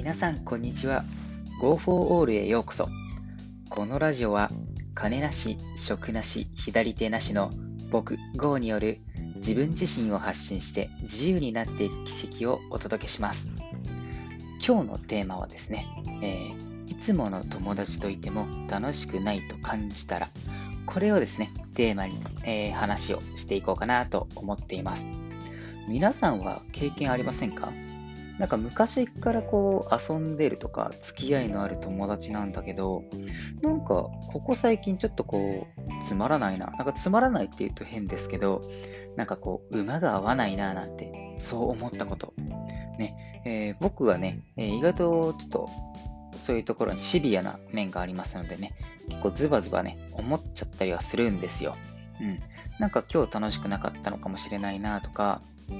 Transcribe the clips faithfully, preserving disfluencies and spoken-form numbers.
皆さん、こんにちは。Go for All へようこそ。このラジオは、金なし、職なし、左手なしの僕、Go による自分自身を発信して自由になっていく奇跡をお届けします。今日のテーマはですね、えー、いつもの友達といても楽しくないと感じたら、これをですね、テーマに、えー話をしていこうかなと思っています。皆さんは経験ありませんか？なんか昔からこう遊んでるとか付き合いのある友達なんだけど、なんかここ最近ちょっとこうつまらないな、なんかつまらないって言うと変ですけど、なんかこう馬が合わないななんてそう思ったこと。ね、えー僕はね、えー意外とちょっとそういうところにシビアな面がありますのでね、結構ズバズバね、思っちゃったりはするんですよ。うん。なんか今日楽しくなかったのかもしれないなとか、うん、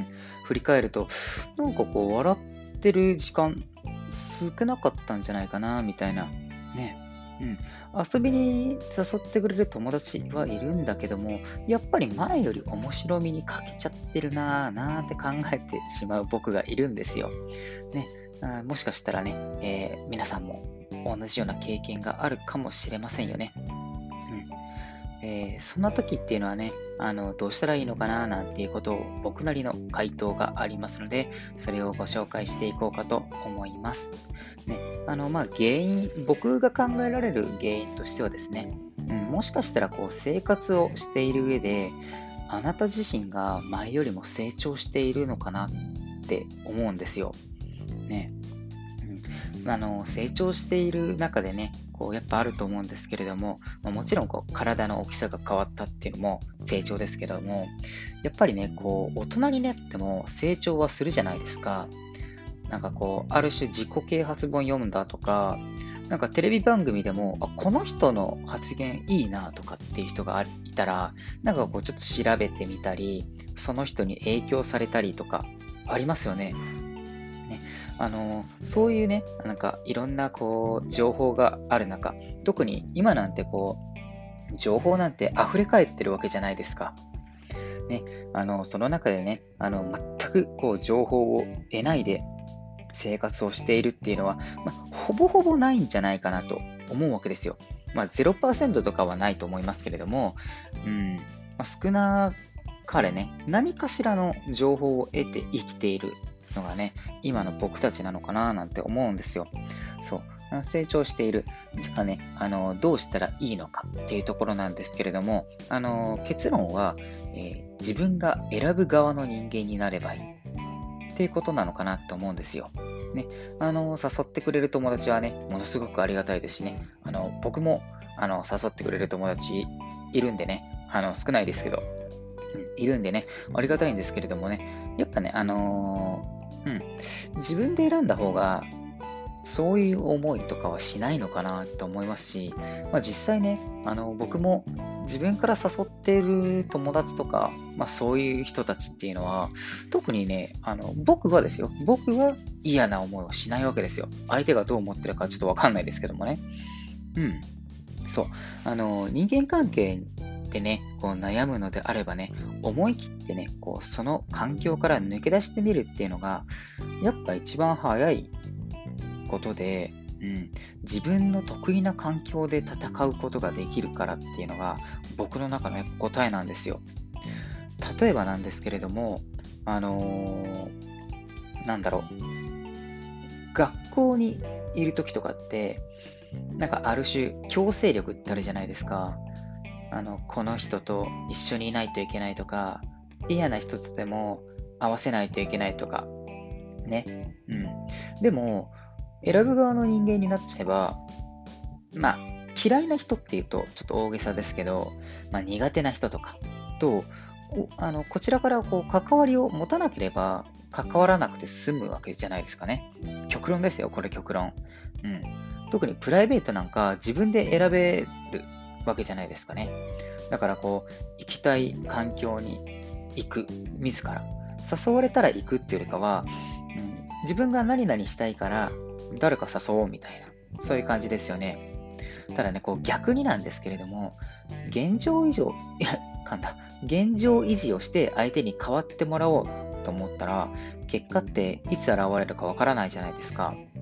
振り返ると、なんかこう、笑ってる時間少なかったんじゃないかな、みたいな。ね。うん。遊びに誘ってくれる友達はいるんだけども、やっぱり前より面白みに欠けちゃってるなぁ、なんて考えてしまう僕がいるんですよ。ね。あーもしかしたらね、えー皆さんも同じような経験があるかもしれませんよね。うんえーそんな時っていうのはね、あの、どうしたらいいのかななんていうことを僕なりの回答がありますので、それをご紹介していこうかと思います。ね、あの、まあ、原因、僕が考えられる原因としてはですね、うん、もしかしたらこう生活をしている上で、あなた自身が前よりも成長しているのかなって思うんですよ。ね。うんあの成長している中でね、こうやっぱあると思うんですけれども、まあもちろんこう体の大きさが変わったっていうのも成長ですけれども、やっぱりね、こう大人になっても成長はするじゃないですか。なんかこう、ある種自己啓発本読んだとか、なんかテレビ番組でも、あ、この人の発言いいなとかっていう人がいたら、なんかこうちょっと調べてみたり、その人に影響されたりとかありますよね。ね、あの、そういうね、なんかいろんなこう情報がある中、特に今なんてこう、情報なんて溢れ返ってるわけじゃないですか。ね、あの、その中でね、あの、全くこう情報を得ないで生活をしているっていうのは、まあ、ほぼほぼないんじゃないかなと思うわけですよ。まあ、ゼロパーセントとかはないと思いますけれども、うんまあ、少なかれね、何かしらの情報を得て生きているのがね、今の僕たちなのかななんて思うんですよ。そう。成長している。じゃあね、あの、どうしたらいいのかっていうところなんですけれども、あの、結論は、えー自分が選ぶ側の人間になればいいっていうことなのかなと思うんですよ。ね、あの、誘ってくれる友達はね、ものすごくありがたいですしね、あの、僕も、あの、誘ってくれる友達いるんでね、あの、少ないですけど、うんいるんでね、ありがたいんですけれどもね、やっぱね、あのーうん、自分で選んだ方が、そういう思いとかはしないのかなと思いますし、まあ、実際ね、あの僕も自分から誘っている友達とか、まあ、そういう人たちっていうのは、特にね、あの僕はですよ、僕は嫌な思いをしないわけですよ。相手がどう思ってるかちょっとわかんないですけどもね。うん。そう。あの、人間関係でね、こう悩むのであればね、思い切ってね、こう、その環境から抜け出してみるっていうのが、やっぱ一番早いことで、うん、自分の得意な環境で戦うことができるからっていうのが、僕の中のやっぱ答えなんですよ。例えばなんですけれども、あのーなんだろう、学校にいる時とかって、なんかある種強制力ってあるじゃないですか。あの、この人と一緒にいないといけないとか、嫌な人とでも合わせないといけないとか、ね。うん。でも、選ぶ側の人間になっちゃえば、まあ、嫌いな人っていうとちょっと大げさですけど、まあ、苦手な人とかと、おあの、こちらからこう関わりを持たなければ関わらなくて済むわけじゃないですかね。極論ですよ、これ極論。うん。特にプライベートなんか自分で選べるわけじゃないですかね。だからこう、行きたい環境に行く、自ら。誘われたら行くっていうよりかは、うん、自分が何々したいから誰か誘おうみたいな、そういう感じですよね。ただね、こう逆になんですけれども、現状以上、いや、噛んだ。現状維持をして相手に変わってもらおうと思ったら、結果っていつ現れるかわからないじゃないですか。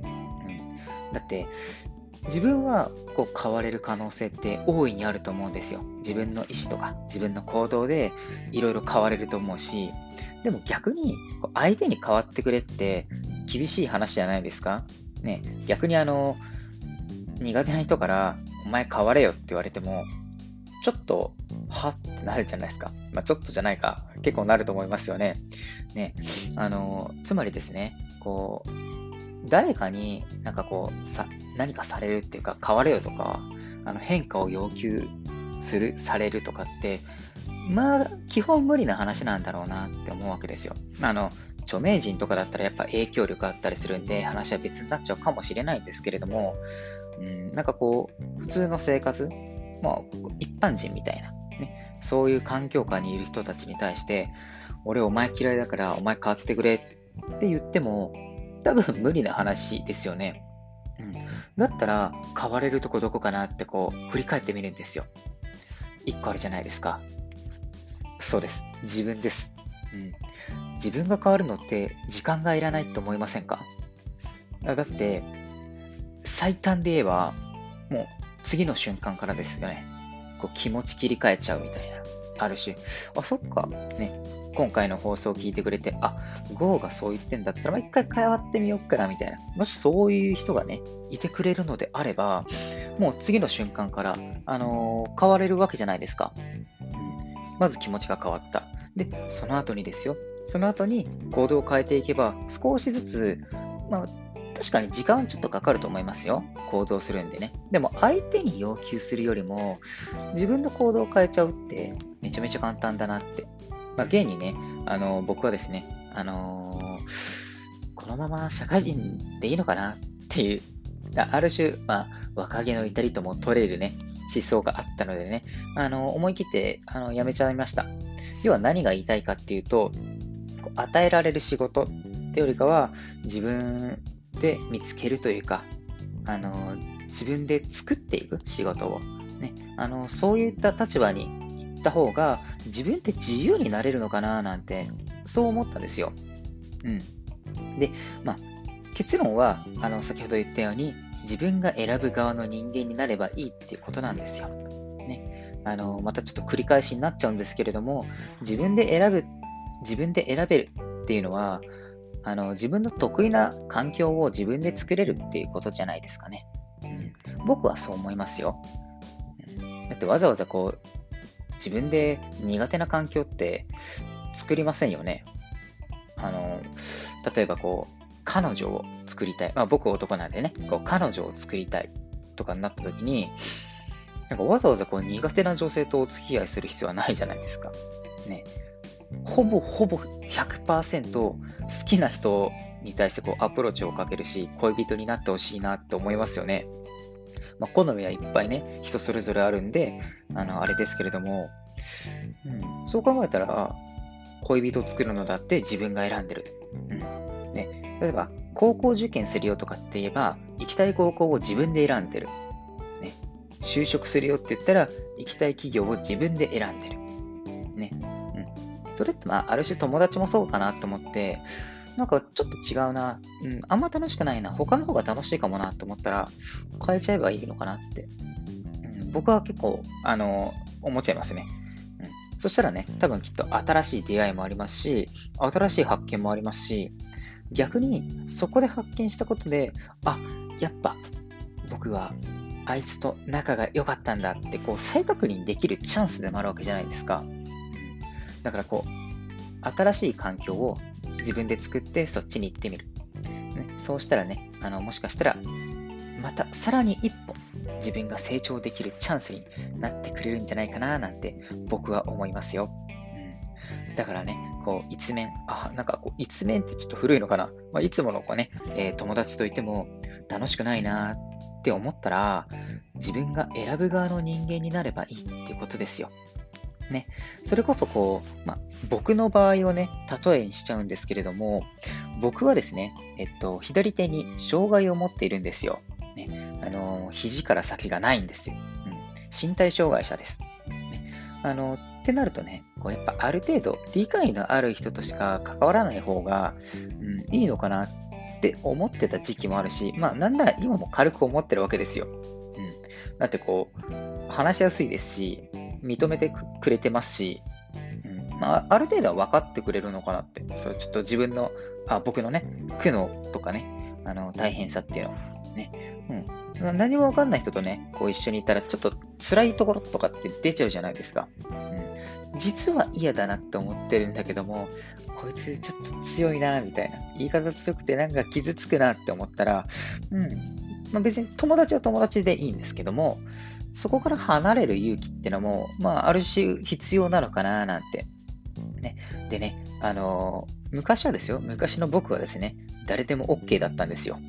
だって、自分はこう変われる可能性って大いにあると思うんですよ。自分の意思とか自分の行動でいろいろ変われると思うし、でも逆にこう相手に変わってくれって厳しい話じゃないですか。ね、逆にあの、苦手な人から、お前変われよって言われても、ちょっと、はってなるじゃないですか。まあ、ちょっとじゃないか。結構なると思いますよね。ね。あの、つまりですね、こう、誰かになんかこう、さ、何かされるっていうか、変われよとか、あの変化を要求する、されるとかって、まあ、基本無理な話なんだろうなって思うわけですよ。まああの、著名人とかだったらやっぱ影響力あったりするんで、話は別になっちゃうかもしれないんですけれども、うん、なんかこう、普通の生活、まあ、一般人みたいな、ね、そういう環境下にいる人たちに対して、俺お前嫌いだからお前変わってくれって言っても、多分無理な話ですよね。うん、だったら、変われるとこどこかなってこう、振り返ってみるんですよ。一個あるじゃないですか。そうです。自分です。うん、自分が変わるのって時間がいらないって思いませんか？だって、最短で言えば、もう次の瞬間からですよね。こう気持ち切り替えちゃうみたいな。ある種、あ、そっか。ね。今回の放送を聞いてくれて、あ、ゴーがそう言ってんだったら、まあ、一回変わってみようかな、みたいな。もしそういう人がね、いてくれるのであれば、もう次の瞬間から、あのー変われるわけじゃないですか。まず気持ちが変わった。で、その後にですよ。その後に行動を変えていけば、少しずつ、まあ、確かに時間はちょっとかかると思いますよ。行動するんでね。でも相手に要求するよりも、自分の行動を変えちゃうってめちゃめちゃ簡単だなって。まあ、現にね、あの僕はですね、あのーこのまま社会人でいいのかなっていう、あある種、まあ、若気の至りとも取れるね、思想があったのでね、あの思い切ってあのやめちゃいました。要は何が言いたいかっていうと、こう与えられる仕事ってよりかは、自分で見つけるというか、あの自分で作っていく仕事を、ね、あのそういった立場に行った方が、自分って自由になれるのかななんて、そう思ったんですよ。うん。で、まあ、結論は、あの、先ほど言ったように、自分が選ぶ側の人間になればいいっていうことなんですよ。ね。あの、またちょっと繰り返しになっちゃうんですけれども、自分で選ぶ、自分で選べるっていうのは、あの、自分の得意な環境を自分で作れるっていうことじゃないですかね。うん、僕はそう思いますよ。うん、だってわざわざこう、自分で苦手な環境って作りませんよね。あの、例えばこう、彼女を作りたい。まあ僕は男なんでね、こう彼女を作りたいとかになった時に、なんかわざわざこう苦手な女性とお付き合いする必要はないじゃないですか。ね。ほぼほぼひゃくパーセント好きな人に対してこうアプローチをかけるし、恋人になってほしいなって思いますよね。まあ、好みはいっぱいね、人それぞれあるんで、あの、あれですけれども、うん、そう考えたら、恋人を作るのだって自分が選んでる。うんね、例えば、高校受験するよとかって言えば、行きたい高校を自分で選んでる。ね、就職するよって言ったら、行きたい企業を自分で選んでる。ねうん、それって、まあ、ある種友達もそうかなと思って、なんかちょっと違うな、うん、あんま楽しくないな、他の方が楽しいかもなと思ったら、変えちゃえばいいのかなって、うん、僕は結構、あの、思っちゃいますね。うん、そしたらね、多分きっと新しい出会いもありますし、新しい発見もありますし、逆にそこで発見したことで、あ、やっぱ僕はあいつと仲が良かったんだって、こう再確認できるチャンスでもあるわけじゃないですか。だからこう、新しい環境を自分で作ってそっちに行ってみる。ね、そうしたらね、あの、もしかしたら、またさらに一歩自分が成長できるチャンスになってくれるんじゃないかななんて僕は思いますよ。うん、だからね、こう、一面、あ、なんかこう、一面ってちょっと古いのかな。まあ、いつものこうね、えー友達といても楽しくないなって思ったら、自分が選ぶ側の人間になればいいっていうことですよ。ね、それこそこう、まあ、僕の場合をね、例えにしちゃうんですけれども、僕はですね、えっと、左手に障害を持っているんですよ。ね、あの、肘から先がないんですよ。うん、身体障害者です。ね、あの、ってなるとね、こうやっぱある程度理解のある人としか関わらない方が、うん、いいのかなっって思ってた時期もあるし、まあなんなら今も軽く思ってるわけですよ。うん。だってこう、話しやすいですし、認めてくくれてますし、うん、まあ、ある程度は分かってくれるのかなって、そうちょっと自分の、あ、僕のね、苦悩とかね、あの大変さっていうのをね、うん、何も分かんない人とね、こう一緒にいたら、ちょっと辛いところとかって出ちゃうじゃないですか。うん、実は嫌だなって思ってるんだけども、こいつちょっと強いな、みたいな。言い方強くてなんか傷つくなって思ったら、うん。まあ、別に友達は友達でいいんですけども、そこから離れる勇気ってのも、まあ、ある種必要なのかな、なんて。ね。でね、あのー昔はですよ、昔の僕はですね、誰でも OK だったんですよ。うん。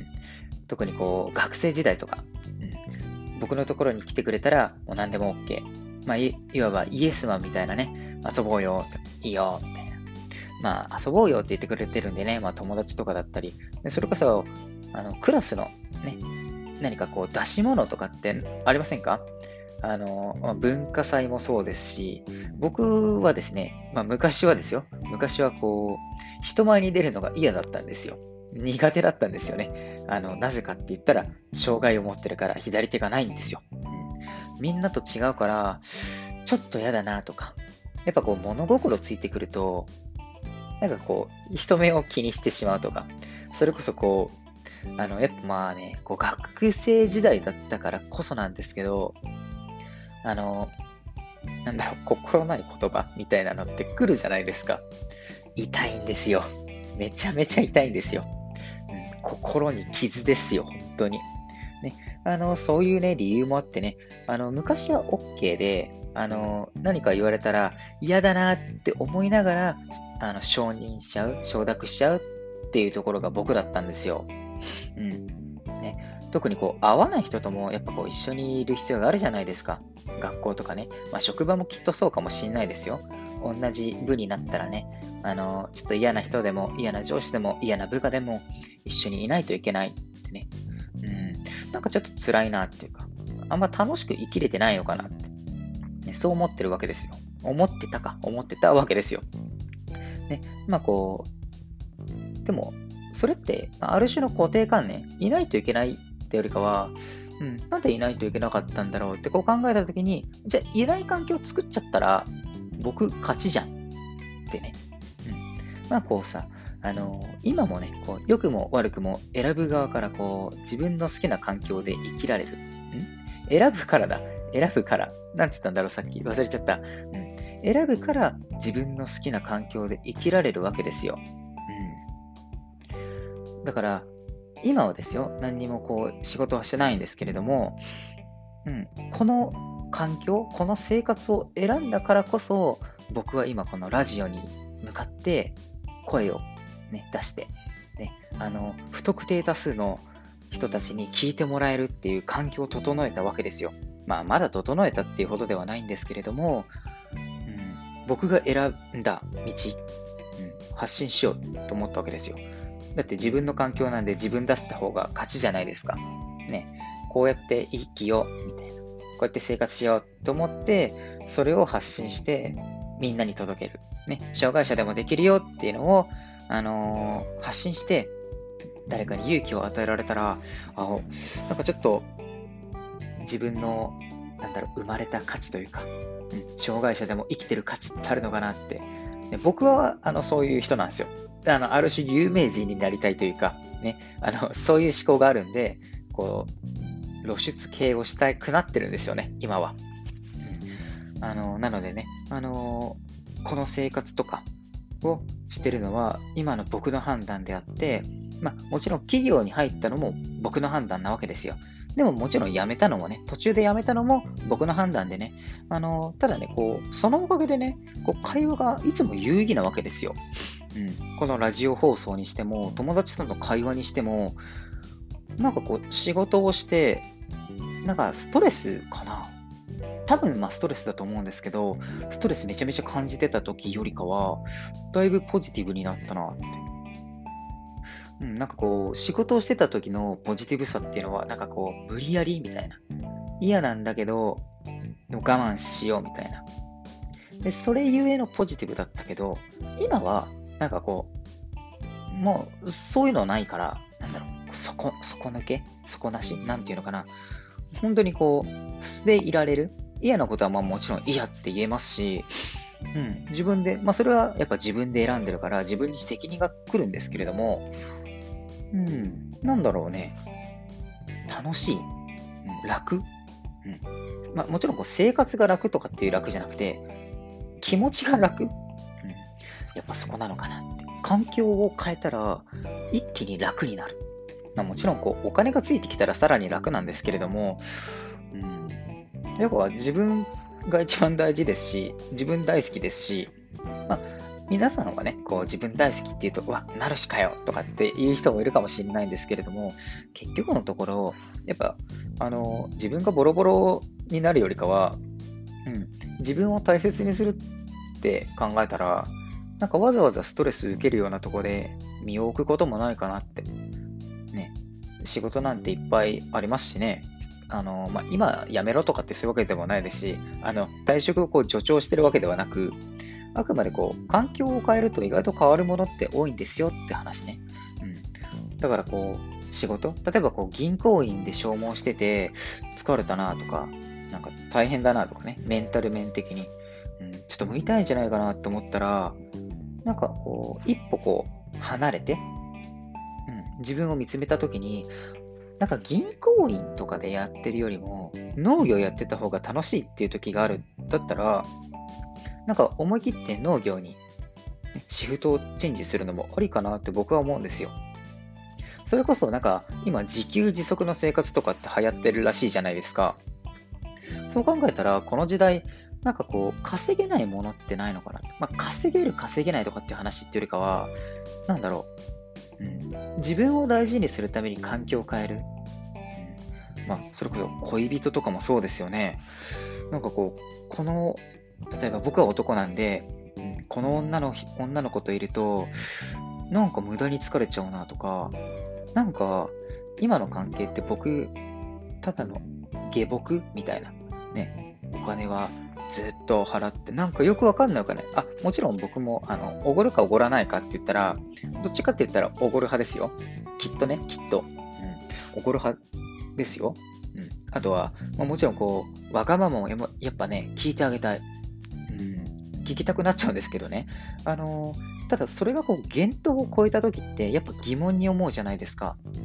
特にこう、学生時代とか、うん、僕のところに来てくれたら、もう何でも OK。まあ、い、いわばイエスマンみたいなね、遊ぼうよ、いいよ、みたいな。まあ、遊ぼうよって言ってくれてるんでね、まあ、友達とかだったり、でそれこそ、あの、クラスのね、何かこう、出し物とかってありませんか？あの、まあ、文化祭もそうですし、僕はですね、まあ、昔はですよ、昔はこう、人前に出るのが嫌だったんですよ。苦手だったんですよね。あの、なぜかって言ったら、障害を持ってるから左手がないんですよ。うん、みんなと違うから、ちょっと嫌だなとか、やっぱこう、物心ついてくると、なんかこう、人目を気にしてしまうとか、それこそこう、あの、やっぱまあね、こう学生時代だったからこそなんですけど、あの、なんだろう、心ない言葉みたいなのって来るじゃないですか。痛いんですよ。めちゃめちゃ痛いんですよ。うん、心に傷ですよ、本当に。ね、あの、そういうね、理由もあってね、あの、昔は OK で、あの、何か言われたら嫌だなって思いながら、あの、承認しちゃう、承諾しちゃうっていうところが僕だったんですよ。うん。ね、特にこう、合わない人ともやっぱこう、一緒にいる必要があるじゃないですか。学校とかね。まあ、職場もきっとそうかもしんないですよ。同じ部になったらね、あの、ちょっと嫌な人でも、嫌な上司でも、嫌な部下でも、一緒にいないといけないってね。うん。なんかちょっと辛いなっていうか、あんま楽しく生きれてないのかなって、ね、そう思ってるわけですよ。思ってたか、思ってたわけですよ。ね。まあこう、でも、それって、まあある種の固定観念、いないといけないってよりかは、うん、なんでいないといけなかったんだろうってこう考えたときに、じゃあいない環境を作っちゃったら、僕勝ちじゃんってね。うん、まあこうさ、あのー今もね、こう良くも悪くも選ぶ側からこう自分の好きな環境で生きられる。ん選ぶからだ。選ぶから。なんて言ったんだろう、さっき。忘れちゃった。うん、選ぶから自分の好きな環境で生きられるわけですよ。うん、だから、今はですよ、何にもこう仕事はしてないんですけれども、うん、この環境、この生活を選んだからこそ、僕は今このラジオに向かって声を、ね、出して、ね、あの、不特定多数の人たちに聞いてもらえるっていう環境を整えたわけですよ。まあ、まだ整えたっていうほどではないんですけれども、うん、僕が選んだ道、うん、発信しようと思ったわけですよ。だって自分の環境なんで自分出した方が勝ちじゃないですか。ね。こうやって生きよう、みたいな。こうやって生活しようと思って、それを発信して、みんなに届ける。ね。障害者でもできるよっていうのを、あのー発信して、誰かに勇気を与えられたら、あ、なんかちょっと、自分の、なんだろう、生まれた価値というか、うん、障害者でも生きてる価値ってあるのかなって。で僕は、あの、そういう人なんですよ。であの、ある種有名人になりたいというか、ね、あの、そういう思考があるんで、こう、露出系をしたくなってるんですよね、今は。うん、あの、なのでね、あの、この生活とかをしてるのは、今の僕の判断であって、まあ、もちろん企業に入ったのも僕の判断なわけですよ。でももちろん辞めたのもね、途中で辞めたのも僕の判断でね、あの、ただね、こう、そのおかげでね、こう、会話がいつも有意義なわけですよ。うん。このラジオ放送にしても、友達との会話にしても、なんかこう、仕事をして、なんかストレスかな。多分まあストレスだと思うんですけど、ストレスめちゃめちゃ感じてた時よりかは、だいぶポジティブになったなって。うん、なんかこう、仕事をしてた時のポジティブさっていうのは、なんかこう、無理やりみたいな。嫌なんだけど、でも我慢しようみたいな。で、それゆえのポジティブだったけど、今は、なんかこう、 もう、そういうのないから、なんだろう、底、底抜け底なしなんていうのかな。本当にこう、素でいられる。嫌なことはまあもちろん嫌って言えますし、うん、自分で、まあそれはやっぱ自分で選んでるから自分に責任が来るんですけれども、うん、なんだろうね、楽しい、うん、楽、うんまあ、もちろんこう生活が楽とかっていう楽じゃなくて、気持ちが楽、うん、やっぱそこなのかなって。環境を変えたら一気に楽になる。まあ、もちろんこうお金がついてきたらさらに楽なんですけれども、うん、やっぱ自分が一番大事ですし、自分大好きですし、まあ、皆さんはね、こう自分大好きって言うと、うわ、なるしかよとかっていう人もいるかもしれないんですけれども、結局のところ、やっぱ、あの、自分がボロボロになるよりかは、うん、自分を大切にするって考えたら、なんかわざわざストレス受けるようなとこで身を置くこともないかなって。ね、仕事なんていっぱいありますしね。あの、まあ、今辞めろとかってそういうわけでもないですし、あの、退職をこう助長してるわけではなく、あくまでこう、環境を変えると意外と変わるものって多いんですよって話ね。うん。だからこう、仕事例えばこう、銀行員で消耗してて、疲れたなとか、なんか大変だなとかね、メンタル面的に、うん、ちょっと向いたいんじゃないかなって思ったら、なんかこう、一歩こう、離れて、うん、自分を見つめたときに、なんか銀行員とかでやってるよりも、農業やってた方が楽しいっていう時がある。だったら、なんか思い切って農業にシフトをチェンジするのもありかなって僕は思うんですよ。それこそなんか今自給自足の生活とかって流行ってるらしいじゃないですか。そう考えたらこの時代なんかこう稼げないものってないのかな。まあ稼げる稼げないとかっていう話っていうよりかはなんだろう、うん、自分を大事にするために環境を変える。うん、まあそれこそ恋人とかもそうですよね。なんかこうこの例えば僕は男なんで、うん、この女の女の子といるとなんか無駄に疲れちゃうなとか、なんか今の関係って僕ただの下僕みたいなね、お金はずっと払ってなんかよくわかんないお金、あ、もちろん僕もあのおごるかおごらないかって言ったらどっちかって言ったらおごる派ですよ。きっとね、きっと、うん、おごる派ですよ。うん、あとは、まあ、もちろんこうわがままもやっぱやっぱね聞いてあげたい。うん、聞きたくなっちゃうんですけどね。あのーただそれがこう限度を超えた時ってやっぱ疑問に思うじゃないですか。うん、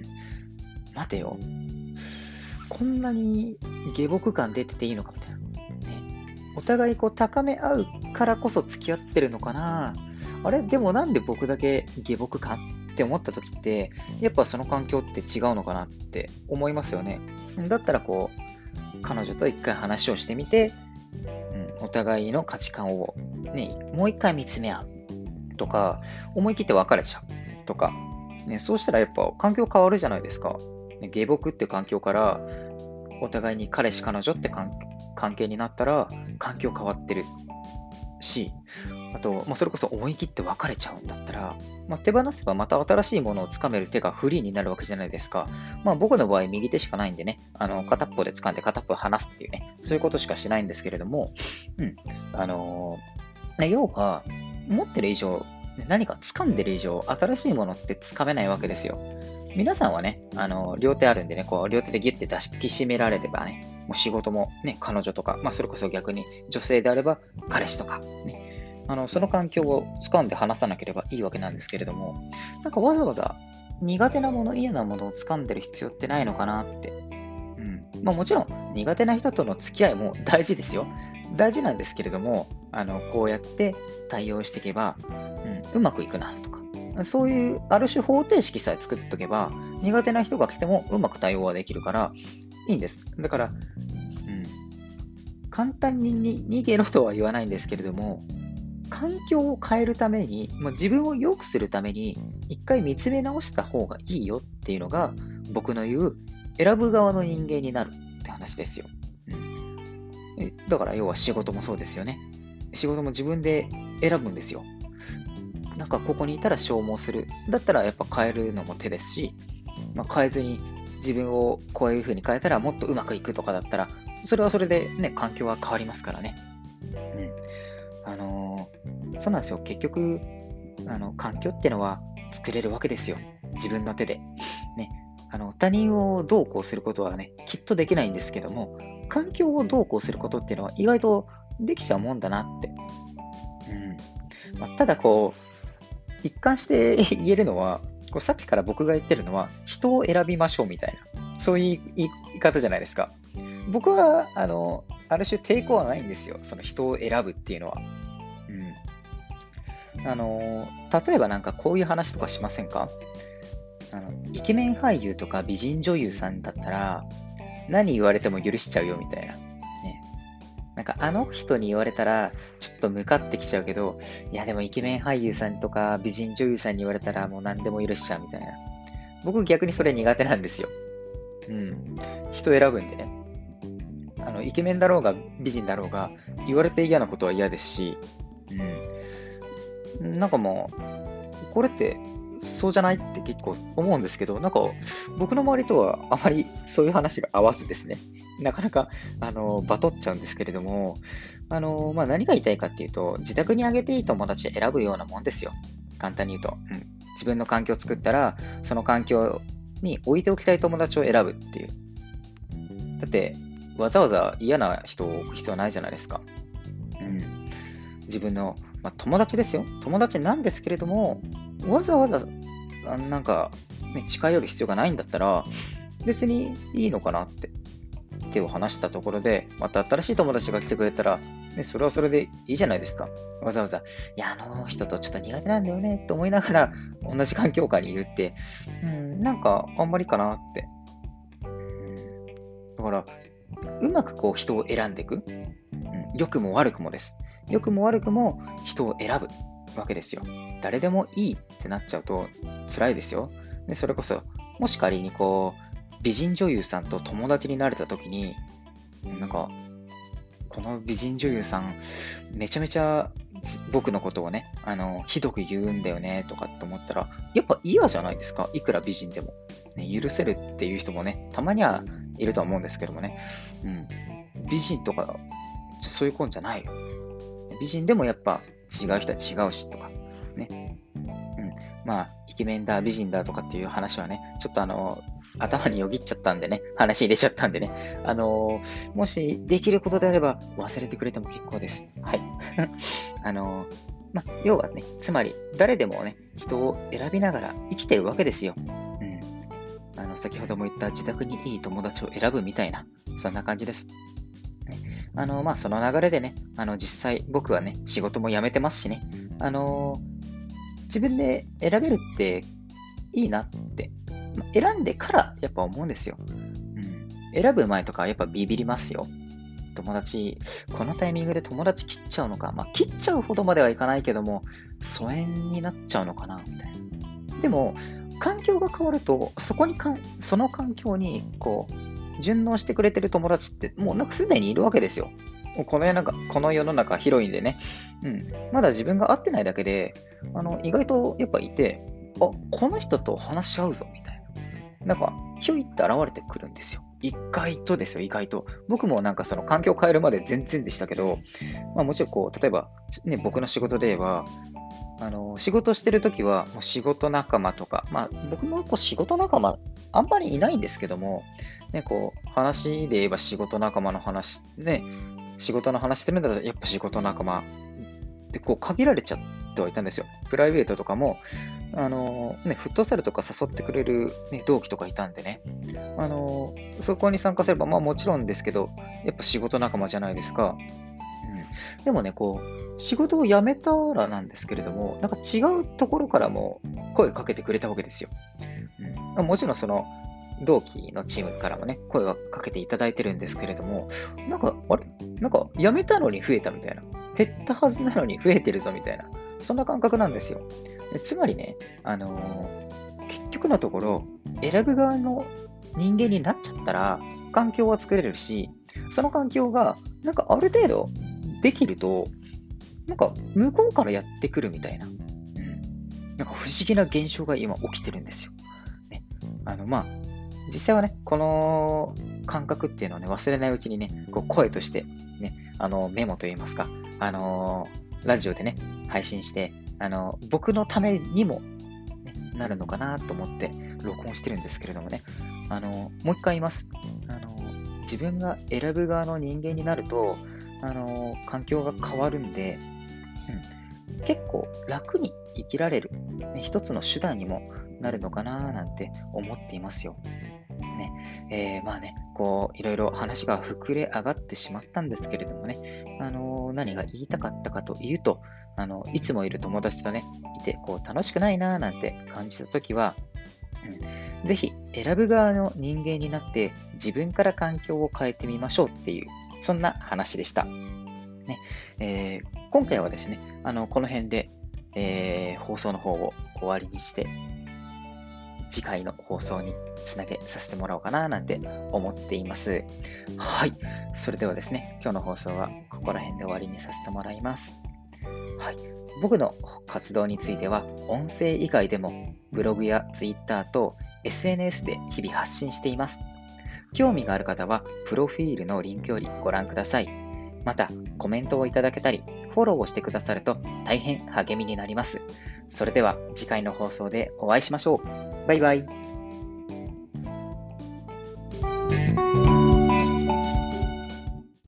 待てよ。こんなに下僕感出てていいのかみたいな。ね、お互いこう高め合うからこそ付き合ってるのかな。あれでもなんで僕だけ下僕感って思った時って、やっぱその環境って違うのかなって思いますよね。だったらこう、彼女と一回話をしてみて、うん、お互いの価値観を、ね、もう一回見つめ合うとか、思い切って別れちゃうとか、ね、そうしたらやっぱ環境変わるじゃないですか。ね、下僕っていう環境からお互いに彼氏彼女って関関係になったら環境変わってるし、あと、まあ、それこそ思い切って別れちゃうんだったら、まあ、手放せばまた新しいものをつかめる手がフリーになるわけじゃないですか。まあ、僕の場合、右手しかないんでね、あの片っぽで掴んで片っぽ離すっていうね、そういうことしかしないんですけれども、うん、あのーね、要は、持ってる以上、ね何か掴んでる以上、新しいものって掴めないわけですよ。皆さんはね、あの、両手あるんでね、こう、両手でギュッて抱きしめられればね、もう仕事もね、彼女とか、まあ、それこそ逆に女性であれば彼氏とか、ね、あの、その環境を掴んで離さなければいいわけなんですけれども、なんかわざわざ苦手なもの、嫌なものを掴んでる必要ってないのかなって。うん。まあもちろん、苦手な人との付き合いも大事ですよ。大事なんですけれども、あの、こうやって対応していけば、うん、うまくいくなとか、そういうある種方程式さえ作っとけば、苦手な人が来てもうまく対応はできるから、いいんです。だから、うん、簡単にに逃げろとは言わないんですけれども、環境を変えるために、まあ、自分を良くするために、一回見つめ直した方がいいよっていうのが、僕の言う、選ぶ側の人間になるって話ですよ。うん、えだから、要は仕事もそうですよね。仕事も自分で選ぶんですよ。なんかここにいたら消耗する。だったらやっぱ変えるのも手ですし、まあ、変えずに自分をこういう風に変えたらもっとうまくいくとかだったら、それはそれでね、環境は変わりますからね。うん。あのーそうなんですよ。結局、あの、環境ってのは作れるわけですよ。自分の手で。ね。あの、他人をどうこうすることはね、きっとできないんですけども、環境をどうこうすることっていうのは意外とできちゃうもんだなって。うん。まあ、ただこう、一貫して言えるのは、こうさっきから僕が言ってるのは、人を選びましょうみたいな、そういう言い方じゃないですか。僕は、あの、ある種抵抗はないんですよ。その人を選ぶっていうのは。うん。あの、例えばなんかこういう話とかしませんか？あの、イケメン俳優とか美人女優さんだったら、何言われても許しちゃうよみたいな。ね。なんかあの人に言われたら、ちょっと向かってきちゃうけど、いやでもイケメン俳優さんとか美人女優さんに言われたらもう何でも許しちゃうみたいな。僕逆にそれ苦手なんですよ。うん。人選ぶんでね。あの、イケメンだろうが美人だろうが、言われて嫌なことは嫌ですし、うん。なんかもう、これってそうじゃないって結構思うんですけど、なんか僕の周りとはあまりそういう話が合わずですね、なかなかあのバトっちゃうんですけれども、あのまあ、何が言いたいかっていうと、自宅にあげていい友達選ぶようなもんですよ。簡単に言うと。うん、自分の環境を作ったら、その環境に置いておきたい友達を選ぶっていう。だって、わざわざ嫌な人を置く必要はないじゃないですか。うん、自分の、まあ、友達ですよ。友達なんですけれども、わざわざ、あなんか、ね、近寄る必要がないんだったら、別にいいのかなって手を離したところで、また新しい友達が来てくれたら、ね、それはそれでいいじゃないですか。わざわざ、いや、あの人とちょっと苦手なんだよねって思いながら、同じ環境下にいるって、うん、なんかあんまりかなって。うん、だから、うまくこう人を選んでいく。うん、良くも悪くもです。良くも悪くも人を選ぶわけですよ。誰でもいいってなっちゃうと辛いですよ。で、それこそ、もし仮にこう、美人女優さんと友達になれた時に、なんか、この美人女優さん、めちゃめちゃ僕のことをね、あの、ひどく言うんだよね、とかって思ったら、やっぱ嫌じゃないですか。いくら美人でも。ね、許せるっていう人もね、たまにはいるとは思うんですけどもね。うん。美人とか、そういう子じゃないよ。美人でもやっぱ違う人は違うしとか、ね。うん。まあ、イケメンだ、美人だとかっていう話はね、ちょっとあの、頭によぎっちゃったんでね、話入れちゃったんでね、あのーもしできることであれば忘れてくれても結構です。はい。あのーまあ、要はね、つまり誰でもね、人を選びながら生きてるわけですよ。うん。あの、先ほども言った自宅にいい友達を選ぶみたいな、そんな感じです。ね、あの、まあ、その流れでね、あの、実際僕はね、仕事も辞めてますしね、あのー自分で選べるっていいなって、まあ選んでからやっぱ思うんですよ。うん、選ぶ前とかやっぱビビりますよ。友達、このタイミングで友達切っちゃうのか。まあ、切っちゃうほどまではいかないけども、疎遠になっちゃうのかな、みたいな。でも、環境が変わると、そこにかん、その環境に、こう、順応してくれてる友達って、もうなんかすでにいるわけですよ。もうこの世の中、この世の中広いんでね。うん。まだ自分が会ってないだけで、あの、意外とやっぱいて、あ、この人と話し合うぞ、みたいな。なんか、ひょいって現れてくるんですよ。意外とですよ、意外と。僕もなんかその環境を変えるまで全然でしたけど、まあもちろんこう、例えば、ね、僕の仕事で言えば、あの、仕事してるときは、もう仕事仲間とか、まあ僕もこう仕事仲間、あんまりいないんですけども、ね、こう、話で言えば仕事仲間の話、ね、仕事の話するんだったらやっぱ仕事仲間でこう限られちゃってはいたんですよ。プライベートとかも、あのね、フットサルとか誘ってくれる、ね、同期とかいたんでね、あのそこに参加すれば、まあもちろんですけど、やっぱ仕事仲間じゃないですか。うん、でもね、こう、仕事を辞めたらなんですけれども、なんか違うところからも声かけてくれたわけですよ。うん、もちろんその、同期のチームからもね、声はかけていただいてるんですけれども、なんか、あれなんか、辞めたのに増えたみたいな。減ったはずなのに増えてるぞみたいな。そんな感覚なんですよ。つまりね、あのー、結局のところ、選ぶ側の人間になっちゃったら、環境は作れるし、その環境が、なんかある程度できると、なんか向こうからやってくるみたいな。うん。なんか不思議な現象が今起きてるんですよ。ね、あの、まあ、実際はね、この感覚っていうのをね、忘れないうちにね、こう声として、ね、あの、メモといいますか、あのーラジオでね、配信して、あの、僕のためにも、ね、 なるのかなと思って録音してるんですけれどもね。あの、もう一回言います。あの、自分が選ぶ側の人間になると、あの、環境が変わるんで、うん、結構楽に生きられる、ね、一つの手段にもなるのかななんて思っていますよ。ね、えーまあね、こう、いろいろ話が膨れ上がってしまったんですけれどもね、あのー何が言いたかったかというと、あの、いつもいる友達とね、いて、こう、楽しくないなーなんて感じたときは、うん、ぜひ選ぶ側の人間になって自分から環境を変えてみましょうっていう、そんな話でした。ねえー今回はですね、あの、この辺で、えー放送の方を終わりにして、次回の放送につなげさせてもらおうかななんて思っています。はい。それではですね、今日の放送はここら辺で終わりにさせてもらいます。はい。僕の活動については、音声以外でもブログやツイッターと エスエヌエス で日々発信しています。興味がある方は、プロフィールのリンクよりご覧ください。また、コメントをいただけたり、フォローをしてくださると大変励みになります。それでは次回の放送でお会いしましょう。バイバイ。